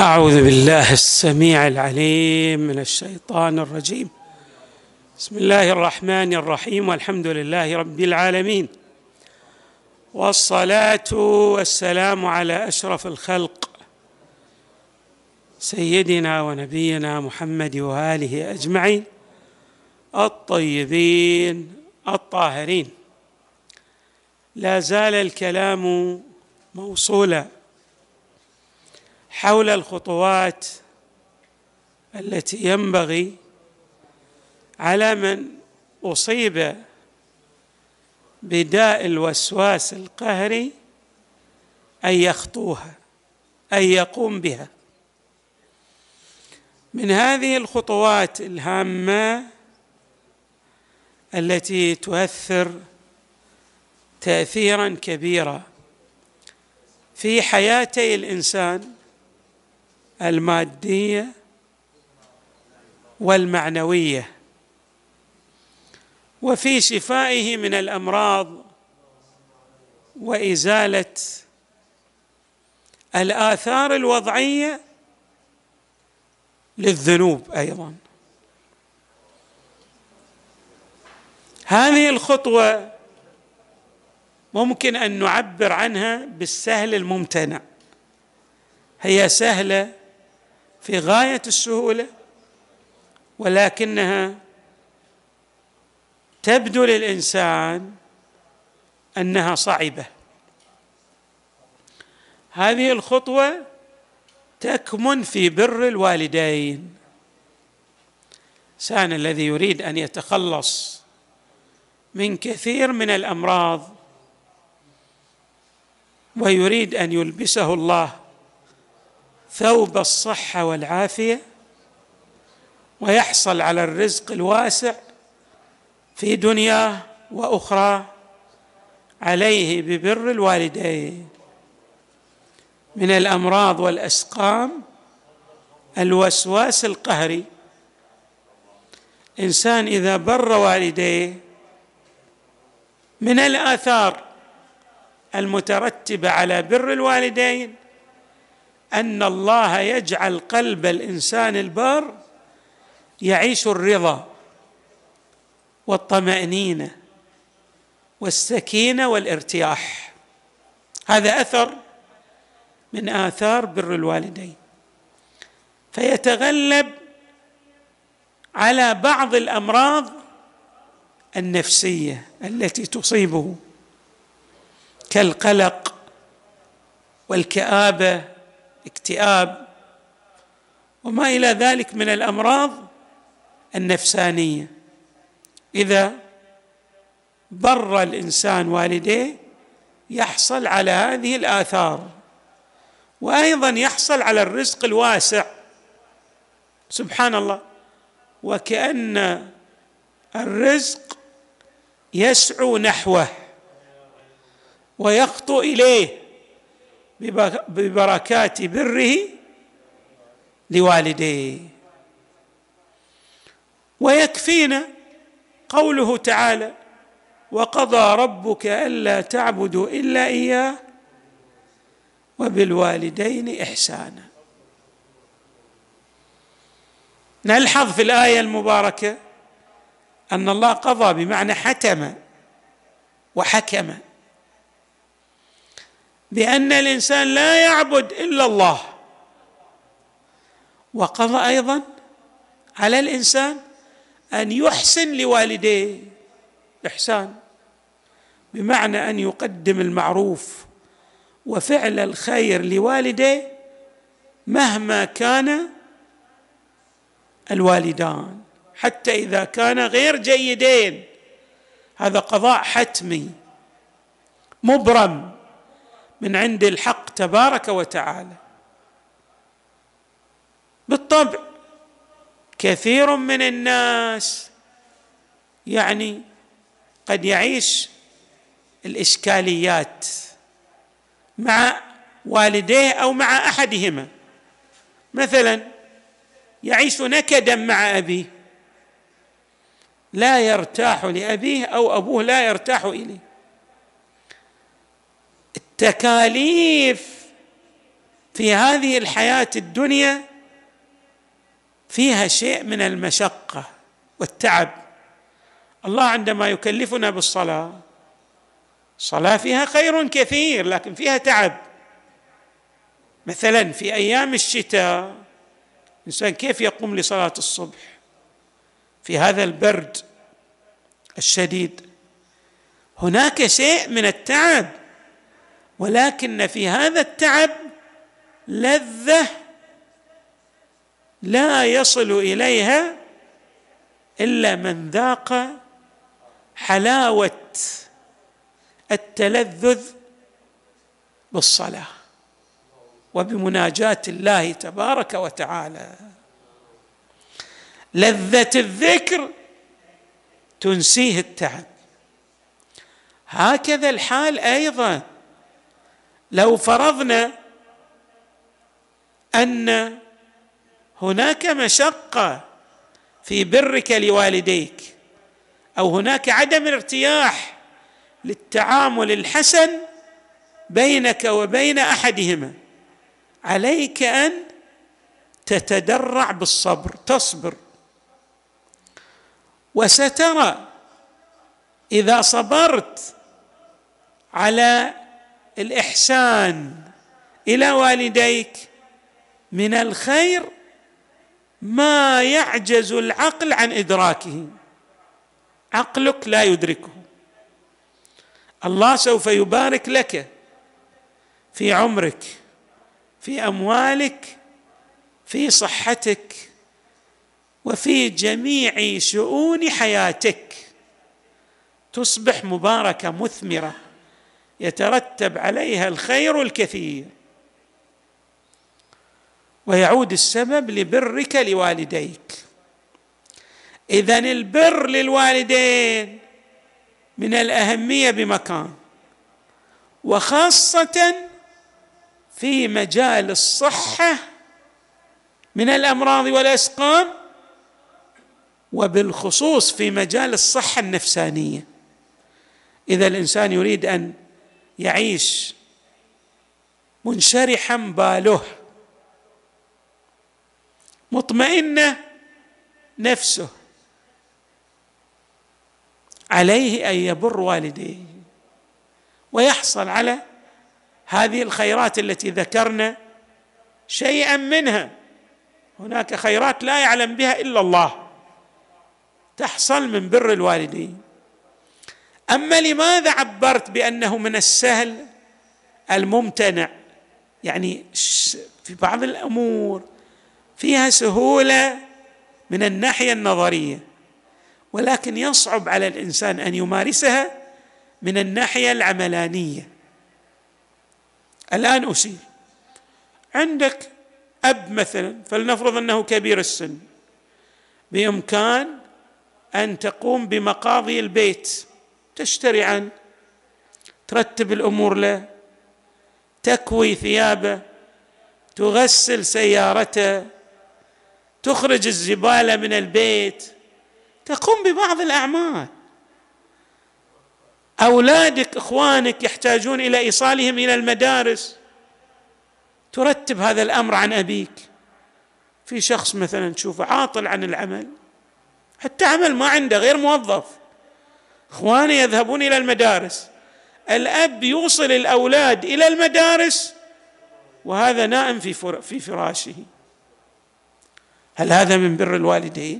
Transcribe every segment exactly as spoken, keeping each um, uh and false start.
أعوذ بالله السميع العليم من الشيطان الرجيم. بسم الله الرحمن الرحيم، والحمد لله رب العالمين، والصلاة والسلام على أشرف الخلق سيدنا ونبينا محمد وآله أجمعين الطيبين الطاهرين. لا زال الكلام موصولا حول الخطوات التي ينبغي على من أصيب بداء الوسواس القهري أن يخطوها، أن يقوم بها. من هذه الخطوات الهامة التي تؤثر تأثيراً كبيراً في حياتي الإنسان المادية والمعنوية، وفي شفائه من الأمراض وإزالة الآثار الوضعية للذنوب أيضاً. هذه الخطوة ممكن أن نعبر عنها بالسهل الممتنع. هي سهلة في غاية السهولة، ولكنها تبدو للإنسان أنها صعبة. هذه الخطوة تكمن في بر الوالدين. الإنسان الذي يريد أن يتخلص من كثير من الأمراض ويريد أن يلبسه الله ثوب الصحة والعافية ويحصل على الرزق الواسع في دنياه وأخرى، عليه ببر الوالدين من الأمراض والأسقام الوسواس القهري. إنسان إذا بر والديه من الآثار المترتبة على بر الوالدين أن الله يجعل قلب الإنسان البار يعيش الرضا والطمأنينة والسكينة والارتياح. هذا أثر من آثار بر الوالدين، فيتغلب على بعض الأمراض النفسية التي تصيبه كالقلق والكآبة، اكتئاب وما إلى ذلك من الأمراض النفسانية. إذا بر الإنسان والديه يحصل على هذه الآثار، وأيضا يحصل على الرزق الواسع. سبحان الله، وكأن الرزق يسعو نحوه ويخطو إليه ببركات بره لوالديه. ويكفينا قوله تعالى: وقضى ربك ألا تعبدوا إلا إياه وبالوالدين إحسانا. نلحظ في الآية المباركة أن الله قضى بمعنى حتم وحكم بأن الإنسان لا يعبد إلا الله، وقضى أيضا على الإنسان أن يحسن لوالديه. إحسان بمعنى أن يقدم المعروف وفعل الخير لوالديه مهما كان الوالدان، حتى إذا كان غير جيدين. هذا قضاء حتمي مبرم من عند الحق تبارك وتعالى. بالطبع كثير من الناس يعني قد يعيش الإشكاليات مع والديه أو مع أحدهما. مثلا يعيش نكدا مع أبيه، لا يرتاح لأبيه أو أبوه لا يرتاح إليه. التكاليف في هذه الحياة الدنيا فيها شيء من المشقة والتعب. الله عندما يكلفنا بالصلاة، الصلاة فيها خير كثير لكن فيها تعب. مثلا في أيام الشتاء الإنسان كيف يقوم لصلاة الصبح في هذا البرد الشديد؟ هناك شيء من التعب، ولكن في هذا التعب لذة لا يصل إليها إلا من ذاق حلاوة التلذذ بالصلاة وبمناجاة الله تبارك وتعالى. لذة الذكر تنسيه التعب. هكذا الحال أيضا لو فرضنا أن هناك مشقة في برك لوالديك، أو هناك عدم ارتياح للتعامل الحسن بينك وبين أحدهما، عليك أن تتدرع بالصبر، تصبر، وسترى إذا صبرت على الإحسان إلى والديك من الخير ما يعجز العقل عن إدراكه، عقلك لا يدركه. الله سوف يبارك لك في عمرك، في أموالك، في صحتك، وفي جميع شؤون حياتك، تصبح مباركة مثمرة يترتب عليها الخير الكثير، ويعود السبب لبرك لوالديك. إذن البر للوالدين من الأهمية بمكان، وخاصة في مجال الصحة من الأمراض والأسقام، وبالخصوص في مجال الصحة النفسانية. إذا الإنسان يريد أن يعيش منشرحا باله، مطمئنة نفسه، عليه أن يبر والديه ويحصل على هذه الخيرات التي ذكرنا شيئا منها. هناك خيرات لا يعلم بها إلا الله تحصل من بر الوالدين. أما لماذا عبرت بأنه من السهل الممتنع؟ يعني في بعض الأمور فيها سهولة من الناحية النظرية، ولكن يصعب على الإنسان أن يمارسها من الناحية العملانية. الآن أشير، عندك أب مثلا، فلنفرض أنه كبير السن، بإمكان أن تقوم بمقاضي البيت، تشتري عنه، ترتب الأمور له، تكوي ثيابه، تغسل سيارته، تخرج الزبالة من البيت، تقوم ببعض الأعمال. أولادك إخوانك يحتاجون إلى إيصالهم إلى المدارس، ترتب هذا الأمر عن أبيك. في شخص مثلا تشوفه عاطل عن العمل، حتى عمل ما عنده، غير موظف، إخوانه يذهبون إلى المدارس، الأب يوصل الأولاد إلى المدارس وهذا نائم في في فراشه. هل هذا من بر الوالدين؟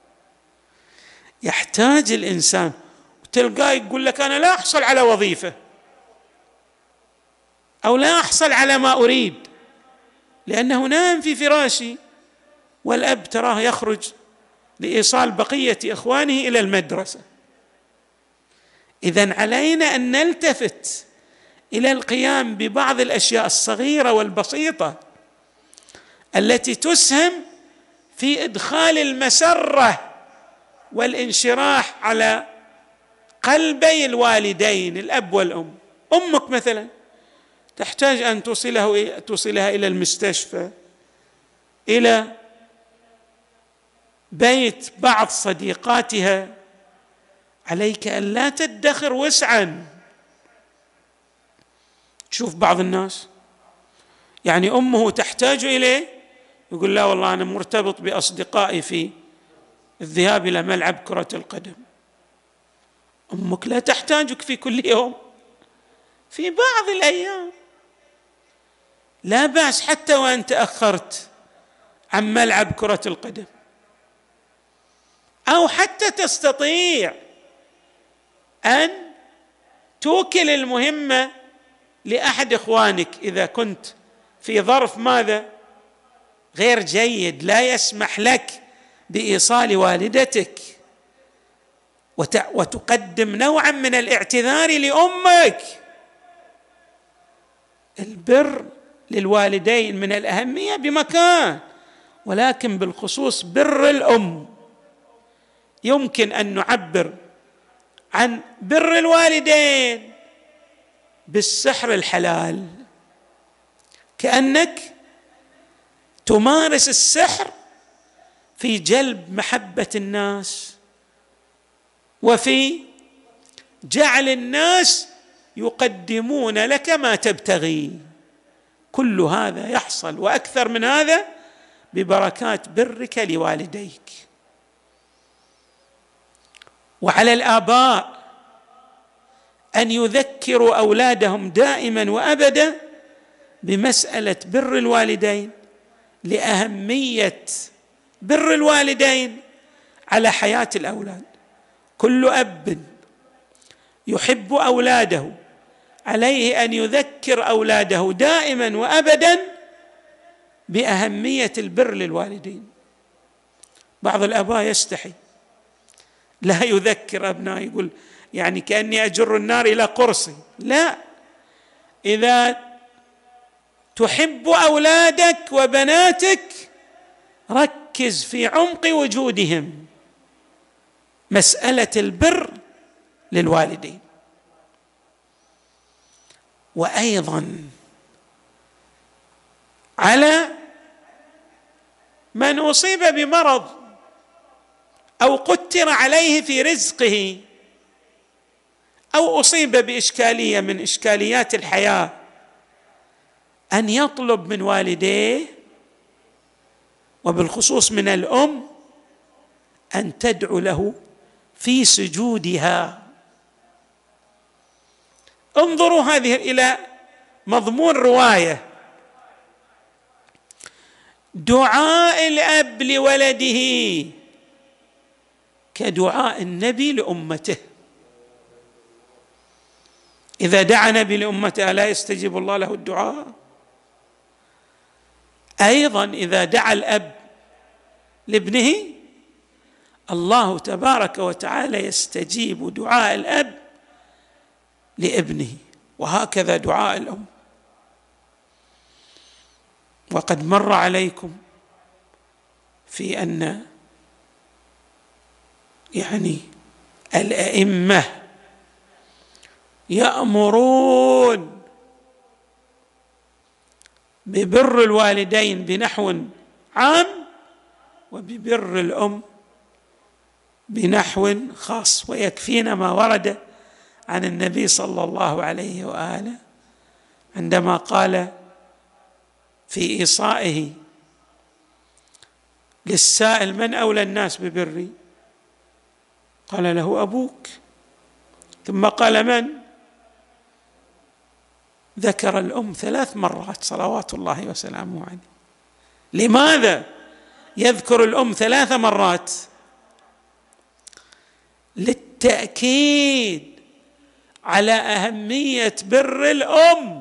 يحتاج الإنسان، تلقاه يقول لك أنا لا أحصل على وظيفة أو لا أحصل على ما أريد لأنه نائم في فراشي، والأب تراه يخرج لإيصال بقية إخوانه إلى المدرسة. إذن علينا أن نلتفت إلى القيام ببعض الأشياء الصغيرة والبسيطة التي تسهم في إدخال المسرة والانشراح على قلبي الوالدين، الأب والأم. أمك مثلا تحتاج أن توصله توصلها إلى المستشفى، إلى بيت بعض صديقاتها، عليك أن لا تدخر وسعا. تشوف بعض الناس يعني أمه تحتاج إليه، يقول لا والله أنا مرتبط بأصدقائي في الذهاب إلى ملعب كرة القدم. أمك لا تحتاجك في كل يوم، في بعض الأيام لا بأس حتى وأن تأخرت عن ملعب كرة القدم، أو حتى تستطيع أن توكل المهمة لأحد إخوانك إذا كنت في ظرف ماذا؟ غير جيد، لا يسمح لك بإيصال والدتك، وتقدم نوعا من الاعتذار لأمك. البر للوالدين من الأهمية بمكان، ولكن بالخصوص بر الأم يمكن أن نعبر عن بر الوالدين بالسحر الحلال، كأنك تمارس السحر في جلب محبة الناس وفي جعل الناس يقدمون لك ما تبتغي. كل هذا يحصل وأكثر من هذا ببركات برك لوالديك. وعلى الآباء أن يذكروا أولادهم دائما وأبدا بمسألة بر الوالدين، لأهمية بر الوالدين على حياة الأولاد. كل أب يحب أولاده عليه أن يذكر أولاده دائما وأبدا بأهمية البر للوالدين. بعض الآباء يستحي لا يذكر أبنائه، يقول يعني كأني أجر النار إلى قرصي. لا، إذا تحب أولادك وبناتك ركز في عمق وجودهم مسألة البر للوالدين. وأيضا على من أصيب بمرض أو قتر عليه في رزقه أو أصيب بإشكالية من إشكاليات الحياة أن يطلب من والديه وبالخصوص من الأم أن تدعو له في سجودها. انظروا هذه إلى مضمون رواية: دعاء الأب لولده كدعاء النبي لأمته. إذا دعا نبي لأمته ألا يستجيب الله له الدعاء؟ أيضا إذا دعا الأب لابنه الله تبارك وتعالى يستجيب دعاء الأب لابنه، وهكذا دعاء الأم. وقد مر عليكم في أن يعني الأئمة يأمرون ببر الوالدين بنحو عام وببر الأم بنحو خاص. ويكفينا ما ورد عن النبي صلى الله عليه وآله عندما قال في إيصائه للسائل: من أولى الناس ببري؟ قال له: أبوك. ثم قال: من؟ ذكر الأم ثلاث مرات صلوات الله وسلامه عليه. لماذا يذكر الأم ثلاث مرات؟ للتأكيد على أهمية بر الأم،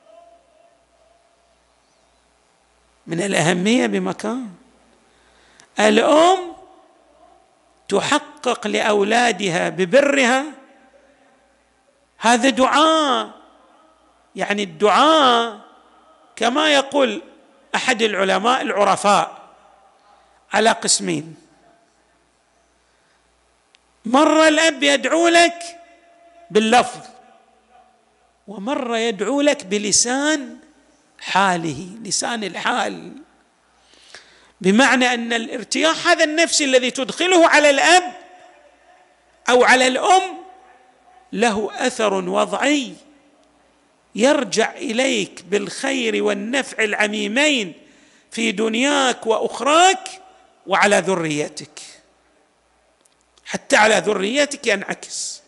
من الأهمية بمكان. الأم تحقق لأولادها ببرها، هذا دعاء. يعني الدعاء كما يقول أحد العلماء العرفاء على قسمين: مرة الأب يدعو لك باللفظ، ومرة يدعو لك بلسان حاله، لسان الحال، بمعنى أن الارتياح هذا النفسي الذي تدخله على الأب أو على الأم له أثر وضعي يرجع إليك بالخير والنفع العميمين في دنياك وأخراك وعلى ذريتك، حتى على ذريتك ينعكس.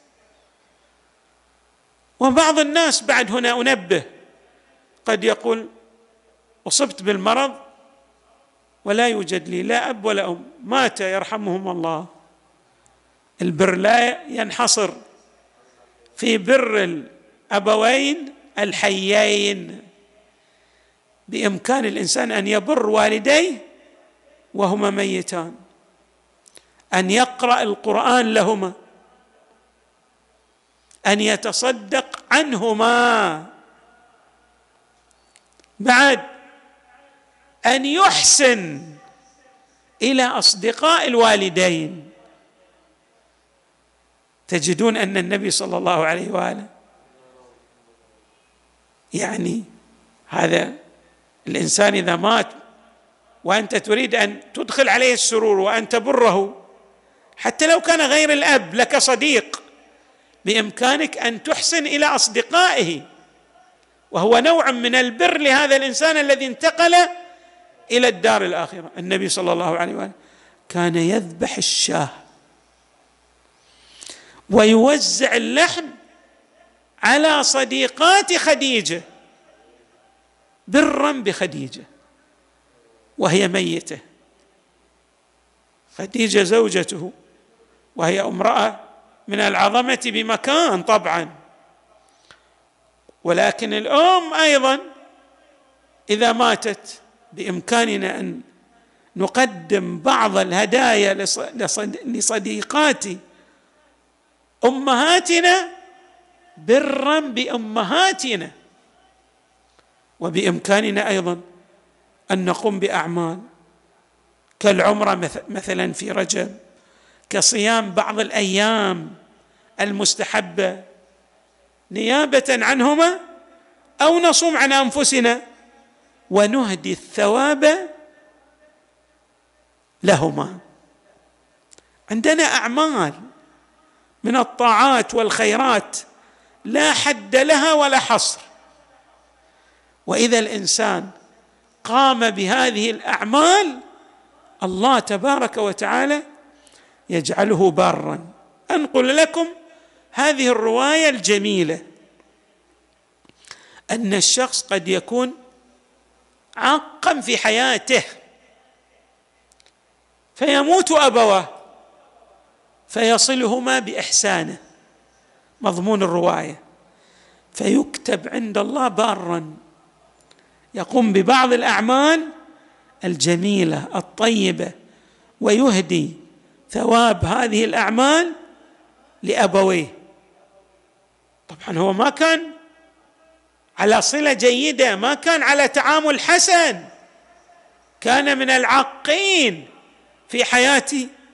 وبعض الناس بعد هنا أنبه قد يقول أصبت بالمرض ولا يوجد لي لا أب ولا أم، مات يرحمهم الله. البر لا ينحصر في بر الأبوين الحيين، بإمكان الإنسان أن يبر والديه وهما ميتان، أن يقرأ القرآن لهما، أن يتصدق عنهما، بعد أن يحسن إلى أصدقاء الوالدين. تجدون أن النبي صلى الله عليه وآله يعني هذا الإنسان إذا مات وأنت تريد أن تدخل عليه السرور وأن تبره، حتى لو كان غير الأب لك صديق، بإمكانك أن تحسن إلى أصدقائه، وهو نوع من البر لهذا الإنسان الذي انتقل إلى الدار الآخرة. النبي صلى الله عليه وآله كان يذبح الشاة ويوزع اللحم على صديقات خديجة برا بخديجة وهي ميتة. خديجة زوجته وهي امرأة من العظمة بمكان طبعا، ولكن الأم أيضا إذا ماتت بإمكاننا أن نقدم بعض الهدايا لصديقات أمهاتنا برا بأمهاتنا، وبإمكاننا أيضا أن نقوم بأعمال كالعمرة مثلا في رجب، كصيام بعض الأيام المستحبة نيابة عنهما، أو نصوم عن أنفسنا ونهدي الثواب لهما. عندنا أعمال من الطاعات والخيرات لا حد لها ولا حصر، وإذا الإنسان قام بهذه الأعمال الله تبارك وتعالى يجعله بارا. أنقل لكم هذه الرواية الجميلة، أن الشخص قد يكون عاقا في حياته فيموت أبواه فيصلهما بإحسانه، مضمون الرواية، فيكتب عند الله بارا، يقوم ببعض الأعمال الجميلة الطيبة ويهدي ثواب هذه الأعمال لأبويه. طبعا هو ما كان على صلة جيدة، ما كان على تعامل حسن، كان من العاقين في حياة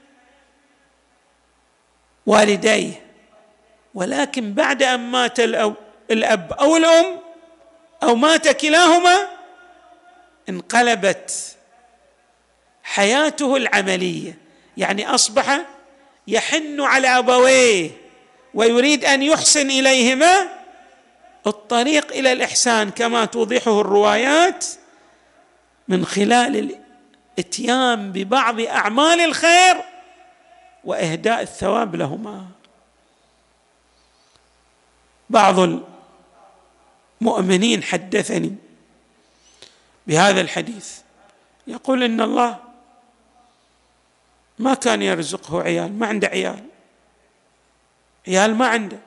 والديه، ولكن بعد أن مات الأب أو الأم أو مات كلاهما انقلبت حياته العملية، يعني أصبح يحن على أبويه ويريد أن يحسن إليهما. الطريق إلى الإحسان كما توضحه الروايات من خلال الاتيان ببعض أعمال الخير وإهداء الثواب لهما. بعض المؤمنين حدثني بهذا الحديث، يقول إن الله ما كان يرزقه عيال، ما عنده عيال، عيال ما عنده،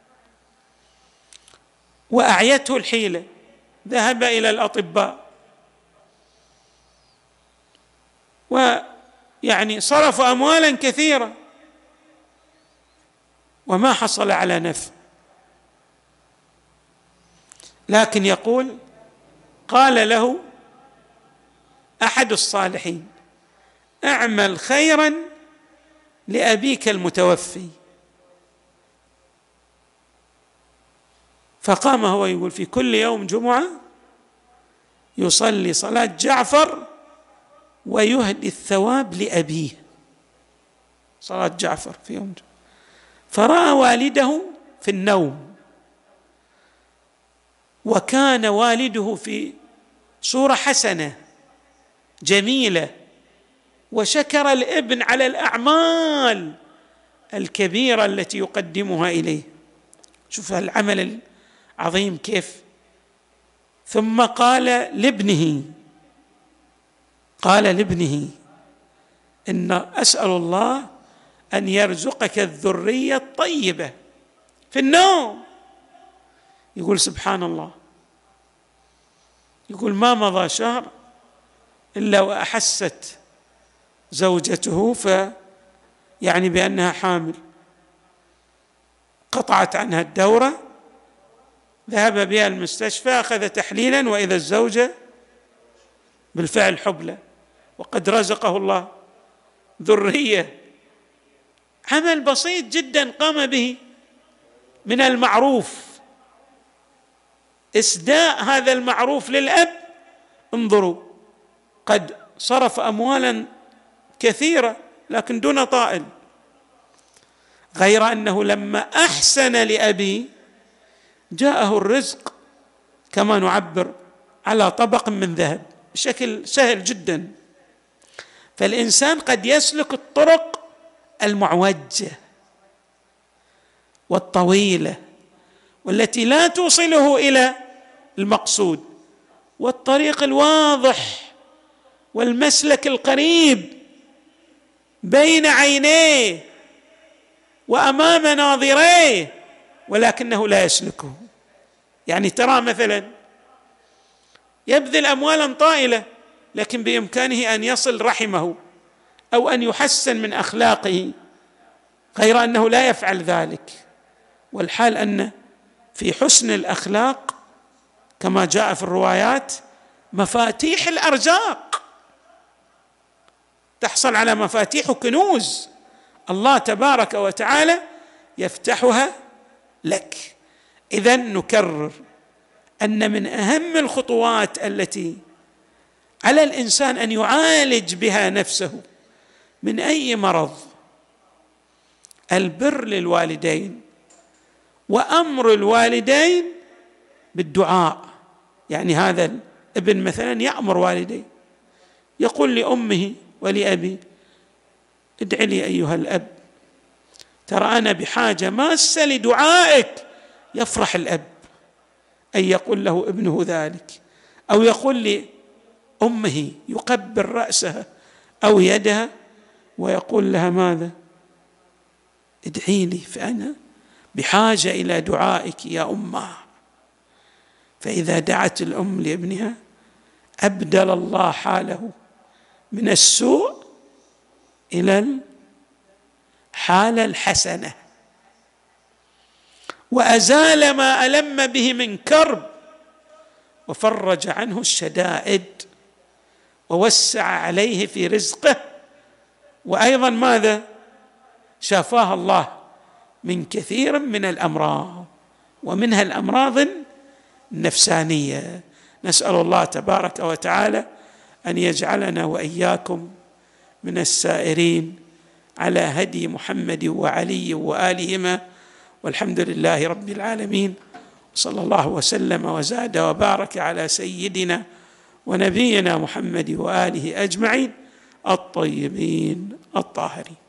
وأعيته الحيلة، ذهب إلى الأطباء ويعني صرف أموالا كثيرة وما حصل على نفع. لكن يقول قال له أحد الصالحين اعمل خيرا لأبيك المتوفي، فقام هو يقول في كل يوم جمعة يصلي صلاة جعفر ويهدي الثواب لأبيه، صلاة جعفر في يوم جمعة. فرأى والده في النوم وكان والده في صورة حسنة جميلة، وشكر الابن على الأعمال الكبيرة التي يقدمها إليه. شوف العمل العظيم كيف. ثم قال لابنه قال لابنه إن أسأل الله أن يرزقك الذرية الطيبة في النوم. يقول سبحان الله، يقول ما مضى شهر إلا وأحست زوجته ف يعني بأنها حامل، قطعت عنها الدورة، ذهب بها المستشفى، أخذ تحليلا، وإذا الزوجة بالفعل حبلى، وقد رزقه الله ذرية. عمل بسيط جدا قام به من المعروف، إسداء هذا المعروف للأب. انظروا، قد صرف أموالا كثيرة لكن دون طائل، غير أنه لما أحسن لأبيه جاءه الرزق كما نعبر على طبق من ذهب بشكل سهل جدا. فالإنسان قد يسلك الطرق المعوجة والطويلة والتي لا توصله إلى المقصود، والطريق الواضح والمسلك القريب بين عينيه وأمام ناظريه، ولكنه لا يسلكه. يعني ترى مثلا يبذل أموالا طائلة لكن بإمكانه أن يصل رحمه أو أن يحسن من أخلاقه، غير أنه لا يفعل ذلك. والحال أن في حسن الأخلاق كما جاء في الروايات مفاتيح الأرزاق، تحصل على مفاتيح كنوز الله تبارك وتعالى يفتحها لك. إذن نكرر أن من أهم الخطوات التي على الإنسان أن يعالج بها نفسه من أي مرض البر للوالدين، وأمر الوالدين بالدعاء. يعني هذا الابن مثلا يأمر والديه، يقول لأمه ولأبي ادع لي أيها الأب، ترى أنا بحاجة ماسة لدعائك. يفرح الأب أن يقول له ابنه ذلك، أو يقول لأمه يقبل رأسها أو يدها ويقول لها ماذا؟ ادعي لي فأنا بحاجة إلى دعائك يا أمه. فإذا دعت الأم لابنها أبدل الله حاله من السوء إلى الحالة الحسنة، وأزال ما ألم به من كرب، وفرج عنه الشدائد، ووسع عليه في رزقه. وأيضا ماذا؟ شافاه الله من كثير من الأمراض، ومنها الأمراض النفسانية. نسأل الله تبارك وتعالى أن يجعلنا وإياكم من السائرين على هدي محمد وعلي وآلهما، والحمد لله رب العالمين، صلى الله وسلم وزاد وبارك على سيدنا ونبينا محمد وآله أجمعين الطيبين الطاهرين.